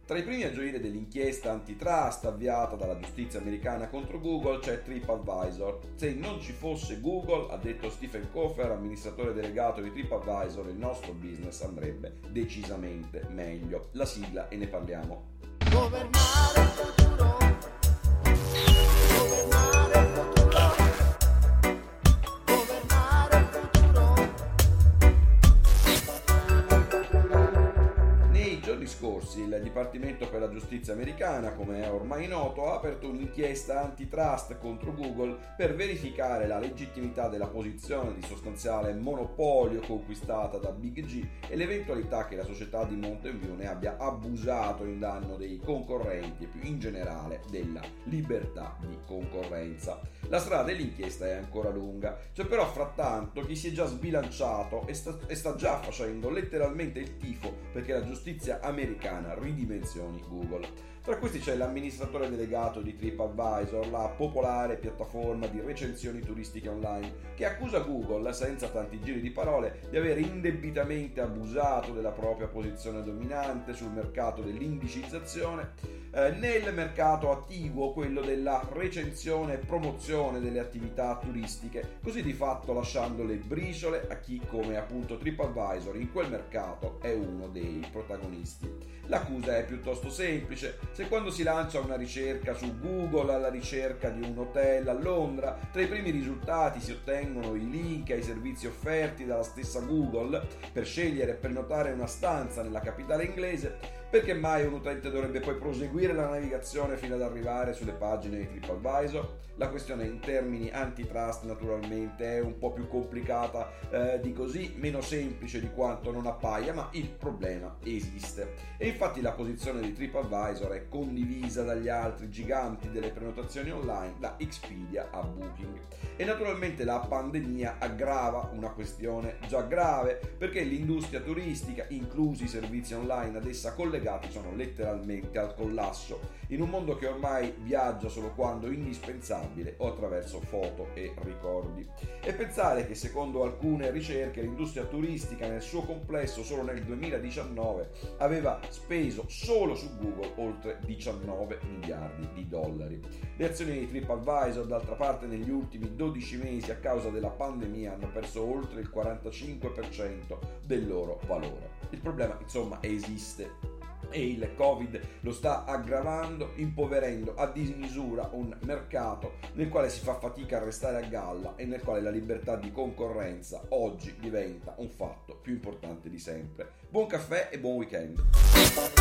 Tra i primi a gioire dell'inchiesta antitrust avviata dalla giustizia americana contro Google c'è TripAdvisor. Se non ci fosse Google, ha detto Stephen Kofer, amministratore delegato di TripAdvisor, il nostro business andrebbe decisamente meglio. La sigla e ne parliamo. Governare il futuro. Governare il futuro. Governare il futuro. Nei giorni scorsi il Dipartimento per la Giustizia americana, come è ormai noto, ha aperto un'inchiesta antitrust contro Google per verificare la legittimità della posizione di sostanziale monopolio conquistata da Big G e l'eventualità che la società di Mountain View ne abbia abusato in danno dei concorrenti e più in generale della libertà di concorrenza. La strada dell'inchiesta è ancora lunga, c'è però frattanto chi si è già sbilanciato e sta già facendo letteralmente il tifo perché la giustizia americana ridimensioni Google. Tra questi c'è l'amministratore delegato di TripAdvisor, la popolare piattaforma di recensioni turistiche online, che accusa Google, senza tanti giri di parole, di aver indebitamente abusato della propria posizione dominante sul mercato dell'indicizzazione, nel mercato attiguo, quello della recensione e promozione delle attività turistiche, così di fatto lasciando le briciole a chi, come appunto TripAdvisor, in quel mercato è uno dei protagonisti. L'accusa è piuttosto semplice: se quando si lancia una ricerca su Google alla ricerca di un hotel a Londra, tra i primi risultati si ottengono i link ai servizi offerti dalla stessa Google per scegliere e prenotare una stanza nella capitale inglese, perché mai un utente dovrebbe poi proseguire la navigazione fino ad arrivare sulle pagine di TripAdvisor? La questione in termini antitrust naturalmente è un po' più complicata di così, meno semplice di quanto non appaia, ma il problema esiste. E infatti la posizione di TripAdvisor è condivisa dagli altri giganti delle prenotazioni online, da Expedia a Booking. E naturalmente la pandemia aggrava una questione già grave, perché l'industria turistica, inclusi i servizi online ad essa collegati, sono letteralmente al collasso, in un mondo che ormai viaggia solo quando indispensabile o attraverso foto e ricordi. E pensare che secondo alcune ricerche l'industria turistica nel suo complesso solo nel 2019 aveva speso solo su Google oltre 19 miliardi di dollari. Le azioni di TripAdvisor, d'altra parte, negli ultimi 12 mesi a causa della pandemia hanno perso oltre il 45% del loro valore. Il problema, insomma, esiste. E il Covid lo sta aggravando, impoverendo a dismisura un mercato nel quale si fa fatica a restare a galla e nel quale la libertà di concorrenza oggi diventa un fatto più importante di sempre. Buon caffè e buon weekend!